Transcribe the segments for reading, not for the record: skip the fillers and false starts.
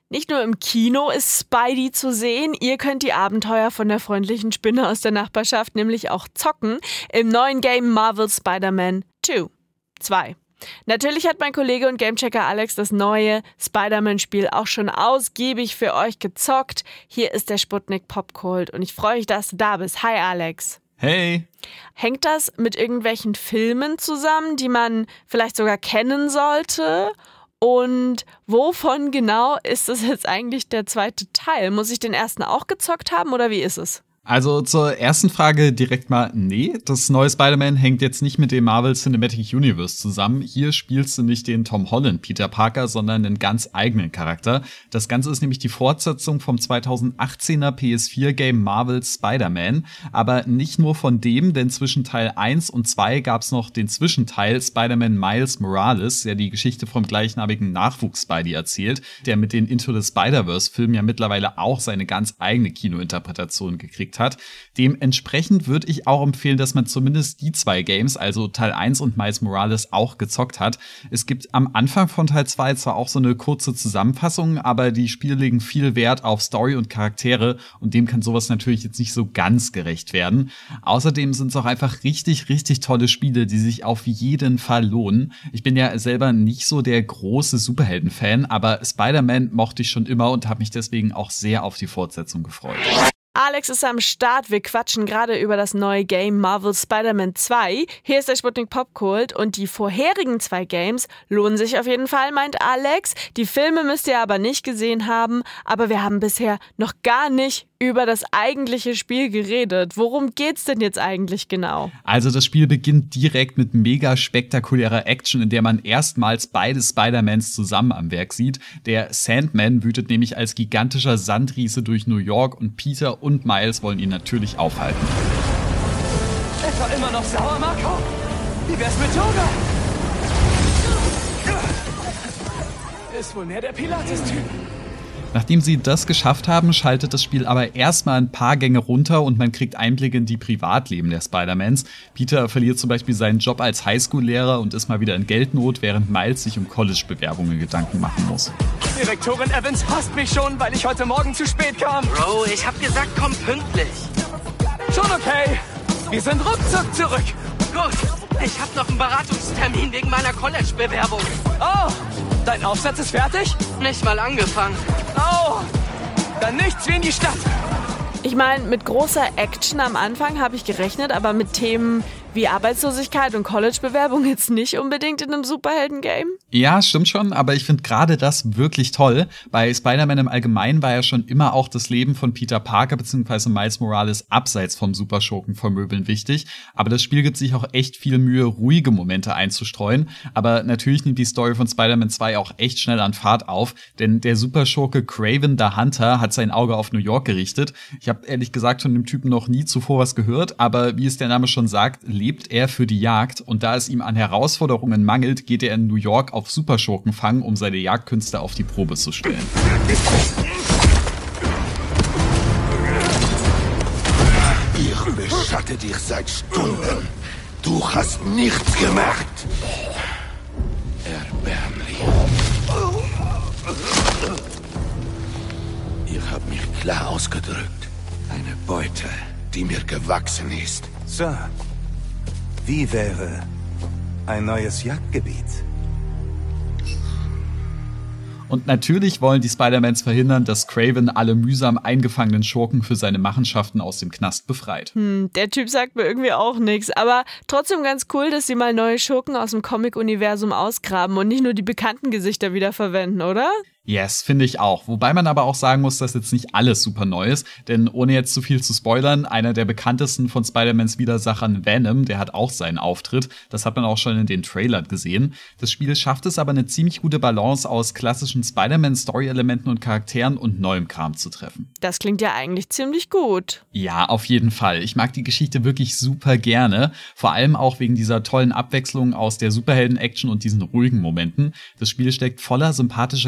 Nicht nur im Kino ist Spidey zu sehen, ihr könnt die Abenteuer von der freundlichen Spinne aus der Nachbarschaft nämlich auch zocken im neuen Game Marvel Spider-Man 2. Natürlich hat mein Kollege und Gamechecker Alex das neue Spider-Man-Spiel auch schon ausgiebig für euch gezockt. Hier ist der Sputnik Popkult und ich freue mich, dass du da bist. Hi Alex. Hey. Hängt das mit irgendwelchen Filmen zusammen, die man vielleicht sogar kennen sollte? Und wovon genau ist es jetzt eigentlich der zweite Teil? Muss ich den ersten auch gezockt haben oder wie ist es? Also zur ersten Frage direkt mal, nee, das neue Spider-Man hängt jetzt nicht mit dem Marvel Cinematic Universe zusammen. Hier spielst du nicht den Tom Holland Peter Parker, sondern einen ganz eigenen Charakter. Das Ganze ist nämlich die Fortsetzung vom 2018er PS4-Game Marvel Spider-Man. Aber nicht nur von dem, denn zwischen Teil 1 und 2 gab's noch den Zwischenteil Spider-Man Miles Morales, der die Geschichte vom gleichnamigen Nachwuchs-Spidey erzählt, der mit den Into the Spider-Verse-Filmen ja mittlerweile auch seine ganz eigene Kinointerpretation gekriegt hat. Dementsprechend würde ich auch empfehlen, dass man zumindest die 2 Games, also Teil 1 und Miles Morales, auch gezockt hat. Es gibt am Anfang von Teil 2 zwar auch so eine kurze Zusammenfassung, aber die Spiele legen viel Wert auf Story und Charaktere und dem kann sowas natürlich jetzt nicht so ganz gerecht werden. Außerdem sind es auch einfach richtig, richtig tolle Spiele, die sich auf jeden Fall lohnen. Ich bin ja selber nicht so der große Superhelden-Fan, aber Spider-Man mochte ich schon immer und habe mich deswegen auch sehr auf die Fortsetzung gefreut. Alex ist am Start. Wir quatschen gerade über das neue Game Marvel Spider-Man 2. Hier ist der Sputnik Popkult und die vorherigen 2 Games lohnen sich auf jeden Fall, meint Alex. Die Filme müsst ihr aber nicht gesehen haben, aber wir haben bisher noch gar nicht über das eigentliche Spiel geredet. Worum geht's denn jetzt eigentlich genau? Also das Spiel beginnt direkt mit mega spektakulärer Action, in der man erstmals beide Spider-Mans zusammen am Werk sieht. Der Sandman wütet nämlich als gigantischer Sandriese durch New York und Peter und Miles wollen ihn natürlich aufhalten. Etwa immer noch sauer, Marco? Wie wär's mit Yoga? Ist wohl mehr der Pilates-Typ. Nachdem sie das geschafft haben, schaltet das Spiel aber erstmal ein paar Gänge runter und man kriegt Einblicke in die Privatleben der Spider-Mans. Peter verliert zum Beispiel seinen Job als Highschool-Lehrer und ist mal wieder in Geldnot, während Miles sich um College-Bewerbungen Gedanken machen muss. Direktorin Evans hasst mich schon, weil ich heute Morgen zu spät kam. Bro, ich hab gesagt, komm pünktlich. Schon okay. Wir sind ruckzuck zurück. Gut, ich hab noch einen Beratungstermin wegen meiner College-Bewerbung. Oh, dein Aufsatz ist fertig? Nicht mal angefangen. Oh, dann nichts wie in die Stadt. Ich meine, mit großer Action am Anfang habe ich gerechnet, aber mit Themen wie Arbeitslosigkeit und College-Bewerbung jetzt nicht unbedingt in einem Superhelden-Game? Ja, stimmt schon, aber ich finde gerade das wirklich toll. Bei Spider-Man im Allgemeinen war ja schon immer auch das Leben von Peter Parker bzw. Miles Morales abseits vom Superschurken vermöbeln wichtig. Aber das Spiel gibt sich auch echt viel Mühe, ruhige Momente einzustreuen. Aber natürlich nimmt die Story von Spider-Man 2 auch echt schnell an Fahrt auf, denn der Superschurke Kraven the Hunter hat sein Auge auf New York gerichtet. Ich habe ehrlich gesagt von dem Typen noch nie zuvor was gehört, aber wie es der Name schon sagt, lebt er für die Jagd und da es ihm an Herausforderungen mangelt, geht er in New York auf Superschurkenfang, um seine Jagdkünste auf die Probe zu stellen. Ich beschatte dich seit Stunden. Du hast nichts gemacht. Erbärmlich. Ihr habt mich klar ausgedrückt. Eine Beute, die mir gewachsen ist. Sir, wie wäre ein neues Jagdgebiet? Und natürlich wollen die Spider-Mans verhindern, dass Kraven alle mühsam eingefangenen Schurken für seine Machenschaften aus dem Knast befreit. Der Typ sagt mir irgendwie auch nichts, aber trotzdem ganz cool, dass sie mal neue Schurken aus dem Comic-Universum ausgraben und nicht nur die bekannten Gesichter wiederverwenden, oder? Yes, finde ich auch. Wobei man aber auch sagen muss, dass jetzt nicht alles super neu ist. Denn ohne jetzt zu viel zu spoilern, einer der bekanntesten von Spider-Mans Widersachern, Venom, der hat auch seinen Auftritt. Das hat man auch schon in den Trailern gesehen. Das Spiel schafft es aber, eine ziemlich gute Balance aus klassischen Spider-Man-Story-Elementen und Charakteren und neuem Kram zu treffen. Das klingt ja eigentlich ziemlich gut. Ja, auf jeden Fall. Ich mag die Geschichte wirklich super gerne. Vor allem auch wegen dieser tollen Abwechslung aus der Superhelden-Action und diesen ruhigen Momenten. Das Spiel steckt voller sympathischer Charaktere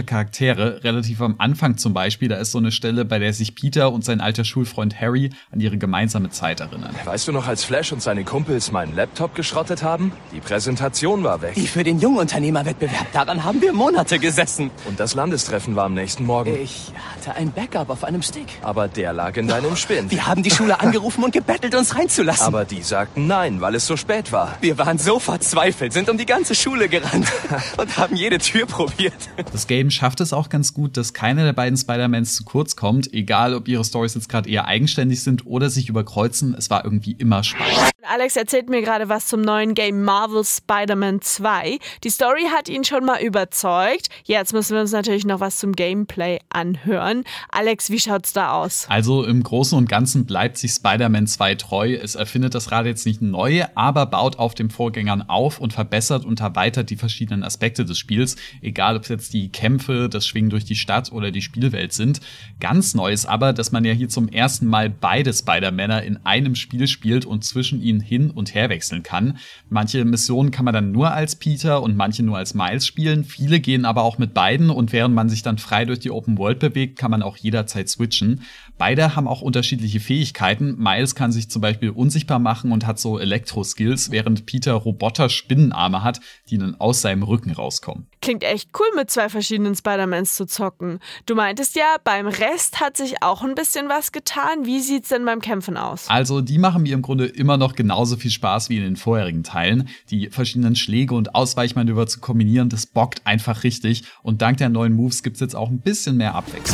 Charaktere. Relativ am Anfang zum Beispiel, da ist so eine Stelle, bei der sich Peter und sein alter Schulfreund Harry an ihre gemeinsame Zeit erinnern. Weißt du noch, als Flash und seine Kumpels meinen Laptop geschrottet haben? Die Präsentation war weg. Wie für den Jungunternehmerwettbewerb. Daran haben wir Monate gesessen. Und das Landestreffen war am nächsten Morgen. Ich hatte ein Backup auf einem Stick. Aber der lag in deinem Spind. Wir haben die Schule angerufen und gebettelt, uns reinzulassen. Aber die sagten nein, weil es so spät war. Wir waren so verzweifelt, sind um die ganze Schule gerannt und haben jede Tür probiert. Das Game schafft es auch ganz gut, dass keiner der beiden Spider-Mans zu kurz kommt, egal ob ihre Storys jetzt gerade eher eigenständig sind oder sich überkreuzen, es war irgendwie immer spannend. Alex erzählt mir gerade was zum neuen Game Marvel's Spider-Man 2. Die Story hat ihn schon mal überzeugt. Jetzt müssen wir uns natürlich noch was zum Gameplay anhören. Alex, wie schaut's da aus? Also im Großen und Ganzen bleibt sich Spider-Man 2 treu. Es erfindet das Rad jetzt nicht neu, aber baut auf den Vorgängern auf und verbessert und erweitert die verschiedenen Aspekte des Spiels. Egal, ob es jetzt die Kämpfe, das Schwingen durch die Stadt oder die Spielwelt sind. Ganz neu ist aber, dass man ja hier zum ersten Mal beide Spider-Männer in einem Spiel spielt und zwischen ihnen hin und her wechseln kann. Manche Missionen kann man dann nur als Peter und manche nur als Miles spielen. Viele gehen aber auch mit beiden und während man sich dann frei durch die Open World bewegt, kann man auch jederzeit switchen. Beide haben auch unterschiedliche Fähigkeiten. Miles kann sich zum Beispiel unsichtbar machen und hat so Elektro-Skills, während Peter Roboter-Spinnenarme hat, die dann aus seinem Rücken rauskommen. Klingt echt cool, mit zwei verschiedenen Spider-Mans zu zocken. Du meintest ja, beim Rest hat sich auch ein bisschen was getan. Wie sieht's denn beim Kämpfen aus? Also, die machen mir im Grunde immer noch genauso viel Spaß wie in den vorherigen Teilen. Die verschiedenen Schläge und Ausweichmanöver zu kombinieren, das bockt einfach richtig. Und dank der neuen Moves gibt's jetzt auch ein bisschen mehr Abwechslung.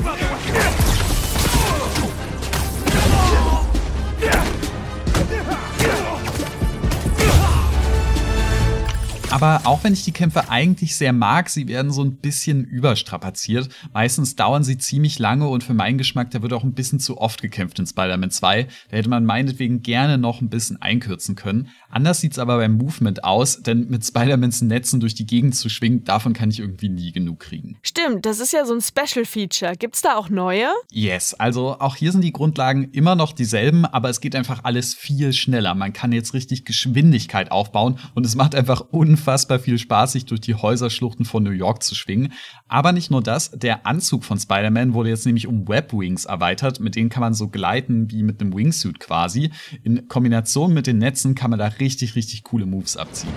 Aber auch wenn ich die Kämpfe eigentlich sehr mag, sie werden so ein bisschen überstrapaziert. Meistens dauern sie ziemlich lange und für meinen Geschmack, da wird auch ein bisschen zu oft gekämpft in Spider-Man 2. Da hätte man meinetwegen gerne noch ein bisschen einkürzen können. Anders sieht's aber beim Movement aus, denn mit Spider-Mans Netzen durch die Gegend zu schwingen, davon kann ich irgendwie nie genug kriegen. Stimmt, das ist ja so ein Special-Feature. Gibt's da auch neue? Yes, also auch hier sind die Grundlagen immer noch dieselben, aber es geht einfach alles viel schneller. Man kann jetzt richtig Geschwindigkeit aufbauen und es macht einfach unfassbar viel Spaß, sich durch die Häuserschluchten von New York zu schwingen. Aber nicht nur das, der Anzug von Spider-Man wurde jetzt nämlich um Webwings erweitert. Mit denen kann man so gleiten wie mit einem Wingsuit quasi. In Kombination mit den Netzen kann man da richtig coole Moves abziehen.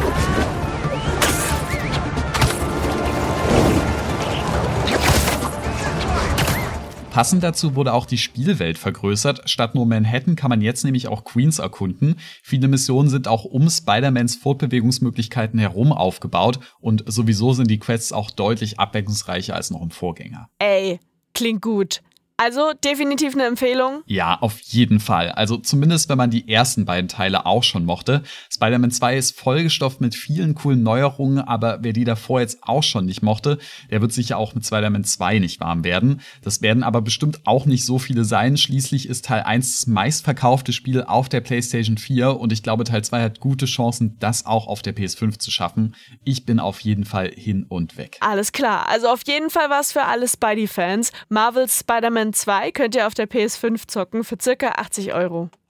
Passend dazu wurde auch die Spielwelt vergrößert. Statt nur Manhattan kann man jetzt nämlich auch Queens erkunden. Viele Missionen sind auch um Spider-Mans Fortbewegungsmöglichkeiten herum aufgebaut und sowieso sind die Quests auch deutlich abwechslungsreicher als noch im Vorgänger. Ey, klingt gut. Also definitiv eine Empfehlung? Ja, auf jeden Fall. Also zumindest, wenn man die ersten beiden Teile auch schon mochte. Spider-Man 2 ist vollgestopft mit vielen coolen Neuerungen, aber wer die davor jetzt auch schon nicht mochte, der wird sicher auch mit Spider-Man 2 nicht warm werden. Das werden aber bestimmt auch nicht so viele sein. Schließlich ist Teil 1 das meistverkaufte Spiel auf der PlayStation 4 und ich glaube, Teil 2 hat gute Chancen, das auch auf der PS5 zu schaffen. Ich bin auf jeden Fall hin und weg. Alles klar, also auf jeden Fall was für alle Spidey-Fans. Marvel's Spider-Man 2 könnt ihr auf der PS5 zocken für ca. 80 €.